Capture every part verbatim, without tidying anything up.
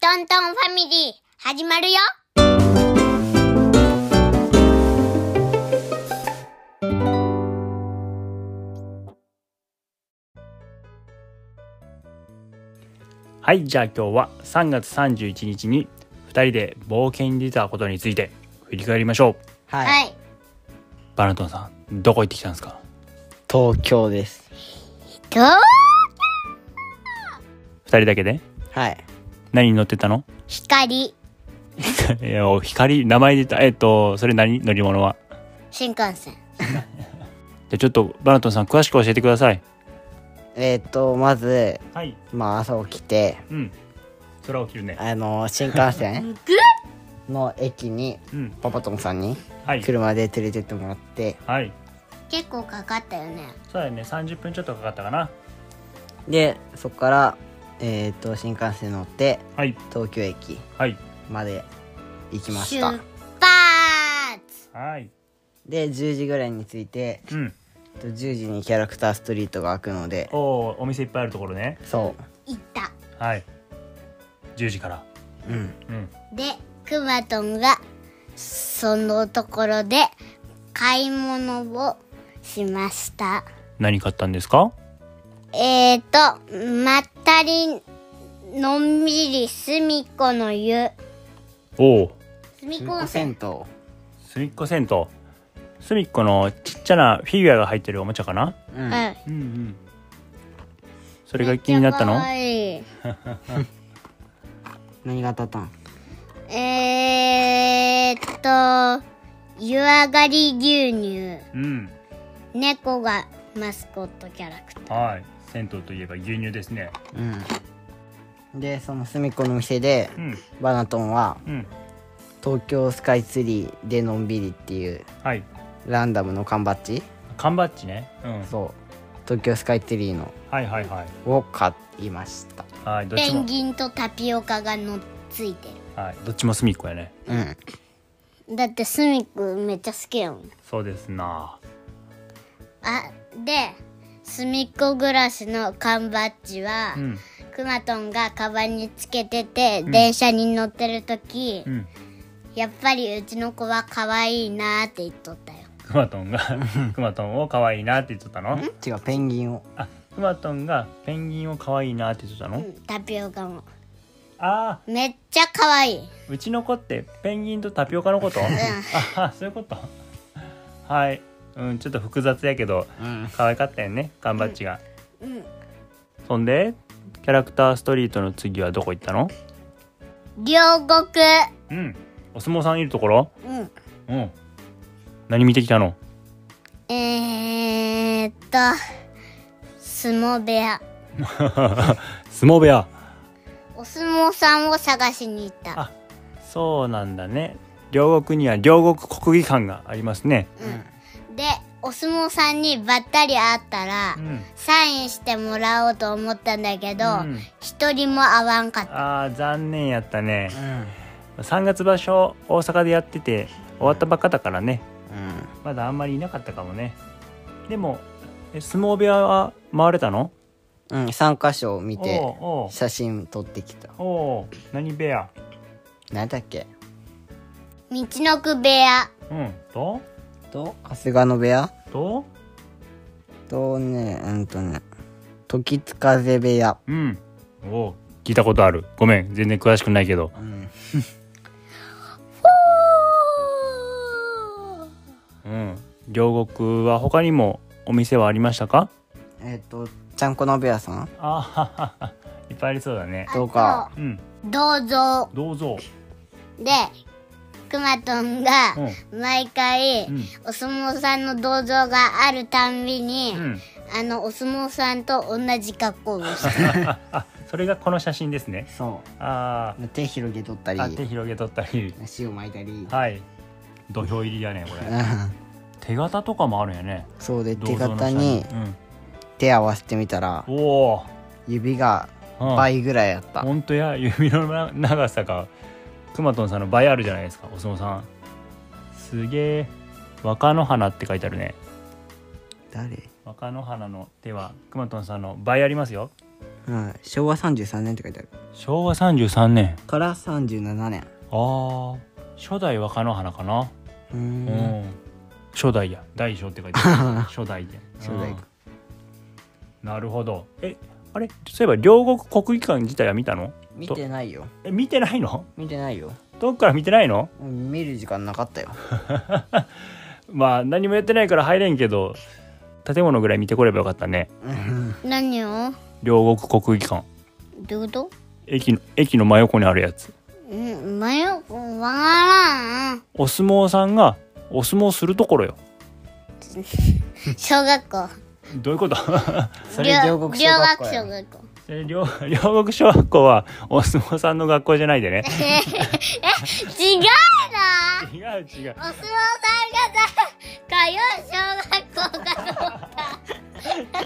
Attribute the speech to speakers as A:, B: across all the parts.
A: トントンファミリー始まるよ。
B: はい、じゃあ今日はさんがつさんじゅういちにちにふたりで冒険に出たことについて振り返りましょう。
C: はい、
A: はい。
B: バナトンさん、どこ行ってきたんですか？
C: 東京です。
A: どう？
B: ふたりだけで？
C: はい。
B: 何に乗ってたの？
A: 光。
B: いや、光、名前で言った。えっとそれ何？乗り物は？
A: 新幹線。
B: じゃあちょっとバナトンさん詳しく教えてください。
C: えっ、ー、とまず、
B: はい。
C: まあ朝起きて、
B: うん。空起きるね。
C: あの新幹線の駅に
B: うん。
C: パパトンさんに
B: はい。
C: 車で連れてってもらって、
B: はい。
A: 結構かかったよね。
B: そうだよね。さんじゅっぷんちょっとかかったかな。
C: でそこからえっ、ー、と新幹線乗って
B: はい。
C: 東京駅
B: はい。
C: まで行きまし
A: 出
C: た。
A: 発。
B: はい。
C: でじゅうじぐらいに着いて、
B: うん。
C: じゅうじにキャラクターストリートが開くので、
B: おお、お店いっぱいあるところね。
C: そ
A: 行った。
B: はい。じゅうじから。
C: う、うん、
B: うん。
A: で、くまとんがそのところで買い物をしました。
B: 何買ったんですか？
A: えーと、まったりのんびりすみっこの湯。
B: おお。
A: すみっ
C: すみ
A: こ温泉。
C: 銭湯。
B: すみっこ銭湯。すみっこのちっちゃなフィギュアが入ってるおもちゃかな。
C: うん、
A: うん。
B: うんうん。それが気になったの？
A: めっちゃ可愛い。
C: 何が当たったん？
A: えーっと、湯上がり牛乳。
B: うん。
A: 猫がマスコットキャラクター。
B: はい。銭湯といえば牛乳ですね。
C: うん。でその隅っこの店で、
B: うん。
C: バナトンは
B: うん。
C: 東京スカイツリーでのんびりっていう
B: はい。
C: ランダムの缶バッジ、
B: 缶バッジね。うん。
C: そう東京スカイツリーの
B: はいはいはい。
C: を買いました。
B: はい。どっ
A: ペン
B: ちも。
A: ギンとタピオカがのっついて
B: はい。どっちもすみっこやね。
C: うん
A: る。だってスミックめっちゃ好きやもん。
B: そうですな。
A: あ、で、すみっこ暮らしの缶バッジは、
B: うん。
A: くまとんがカバンにつけてて、
B: ん
A: 電車に乗ってるとき、
B: うん。
A: やっぱりうちの子は可愛いなーって言っとったよ。
B: くまとんがくまとんを可愛いなって言っとったの？
C: 違うペンギンを。
B: あ、くまとんがペンギンを可愛いなって言っとったの？
A: うん、タピオカも。
B: あ
A: めっちゃ可愛い。
B: ー、うちの子ってペンギンとタピオカのこと？あ、そういうこと。はい。うん、ちょっと複雑やけど
C: うん
B: 可愛かったよね、缶バッジが。
A: うん。
B: そんでキャラクターストリートの次はどこ行ったの？
A: 両国。
B: うん。お相撲さんいるところ？
A: うん。
B: うん。何見てきたの？
A: えーっと、相撲部屋。
B: 相撲部屋。
A: お相撲さんを探しに行った。
B: あ、そうなんだね。両国には両国国技館がありますね。
A: で、お相撲さんにばったり会ったら、
B: うん。
A: サインしてもらおうと思ったんだけど、
B: うん
A: 一人も会わんかった。
B: あー、残念やったね。
C: うん
B: さんがつ場所大阪でやってて終わったばっかだからね。
C: うん
B: まだあんまりいなかったかもね。でもえ相撲部屋は回れたの？
C: うんさんかしょ見て
B: おうおう
C: 写真撮ってきた。
B: おう、何部屋？
C: 何だっけ？
A: 道のく部屋。
B: うんと
C: と春日野部屋
B: と
C: とねうんとね時津風部屋。
B: うんおう、聞いたことある。ごめん、全然詳しくないけど。
C: うん
B: うん。両国は他にもお店はありましたか？
C: えっ、とちゃんこ鍋屋さん
B: あはははいっぱいありそうだね。
C: とか
B: うん。
A: 銅像
B: どうぞ。
A: で、くまとんが
B: うん
A: 毎回、
B: うん
A: お相撲さんの銅像があるたんびに、
B: うん。
A: あのお相撲さんと同じ格好をしてる。
B: あ、それがこの写真ですね。
C: そ
B: あ
C: う手広げとったり
B: ーあ、手広げとったり。
C: 足を巻いたり、
B: はい。土俵入りやねこれ。
C: うん
B: 手形とかもあるんやね。
C: そうで手
B: 銅像の下
C: 形に手合わせてみたら
B: うん。おお。
C: 指が
B: うん
C: 倍ぐらいやった。
B: 本当や、指のな長さがくまとんさんの倍あるじゃないですか、お相撲さん。すげえ。若の花って書いてあるね。
C: 誰？
B: 若の花の手はくまとんさんの倍ありますよ。
C: はい、しょうわさんじゅうさんねんって書いてある。
B: しょうわさんじゅうさんねん
C: からさんじゅうななねん。
B: あー初代若乃花かな。
C: うーん
B: うん初代や大小って書いてある初代で
C: 初代か、
B: うん、なるほど。えあれそういえば両国国技館自体は見たの？
C: 見てないよ。
B: え見てないの？
C: 見てないよ。
B: どっから見てないの？
C: 見る時間なかったよ。
B: まあ何もやってないから入れんけど建物ぐらい見てこればよかったね。
A: 何を？
B: 両国国技館
A: どういうこと？
B: 駅の駅の真横にあるやつ。
A: うん真横わからん。
B: お相撲さんがお相撲するところよ。
A: 小学校。
B: どういうこと？
C: それ両国小学校や。
A: 両学小学校。
B: え両両国小学校はお相撲さんの学校じゃないでね。
A: え違うな。
B: 違う違う。
A: お相撲さんがさ通う小学校かと思った。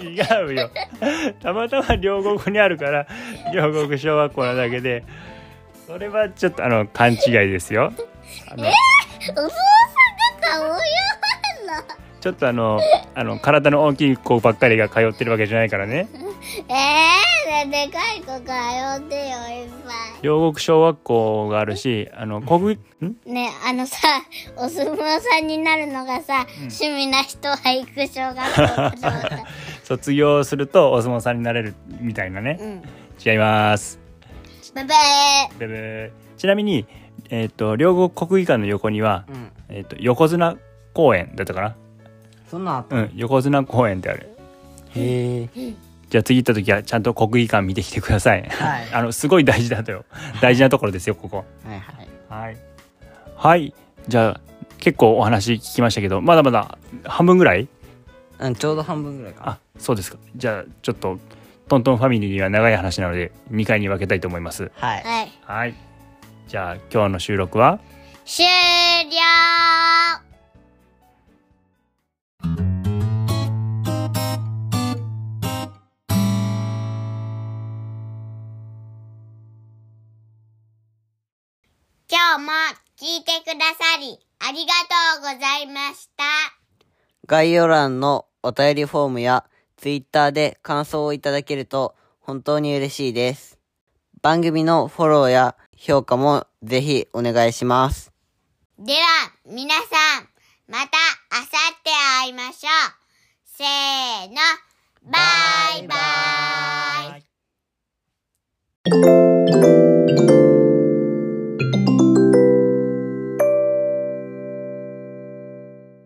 B: 違うよ。たまたま両国にあるから両国小学校なだけで、それはちょっとあの勘違いですよ。あの
A: えー、お相撲さんが通うような。
B: ちょっとあのあの体の大きい子ばっかりが通ってるわけじゃないからね。
A: えー、でかい子通ってよいっぱい。
B: 両国小学校があるし、あの国ん
A: ねあのさお相撲さんになるのがさ、うん、趣味な人は行く小学校かと思った。
B: 卒業するとお相撲さんになれるみたいなね、うん、違います。
A: ブブー
B: ブブー。ちなみにえっ、ー、と両国国技館の横には、うん、えっ、ー、と横綱公園だったかな。
C: そんなあった？
B: うん横綱公園ってある。
C: へえ。
B: じゃあ次行った時はちゃんと国技館見てきてください。はい、あのすごい大事だとよ。大事なところですよここ。
C: はいはい
B: はい。はい。じゃあ結構お話聞きましたけど、まだまだ半分ぐらい？
C: うんちょうど半分ぐらいかな。
B: あそうですか。じゃあちょっとトントンファミリーには長い話なのでにかいに分けたいと思います。
C: はい
A: はい。
B: はい。じゃあ今日の収録は
A: 終了。今日も聞いてくださりありがとうございました。
C: 概要欄のお便りフォームやツイッターで感想をいただけると本当に嬉しいです。番組のフォローや評価もぜひお願いします。
A: では皆さんまたあさって会いましょう。せーの、バイバイ。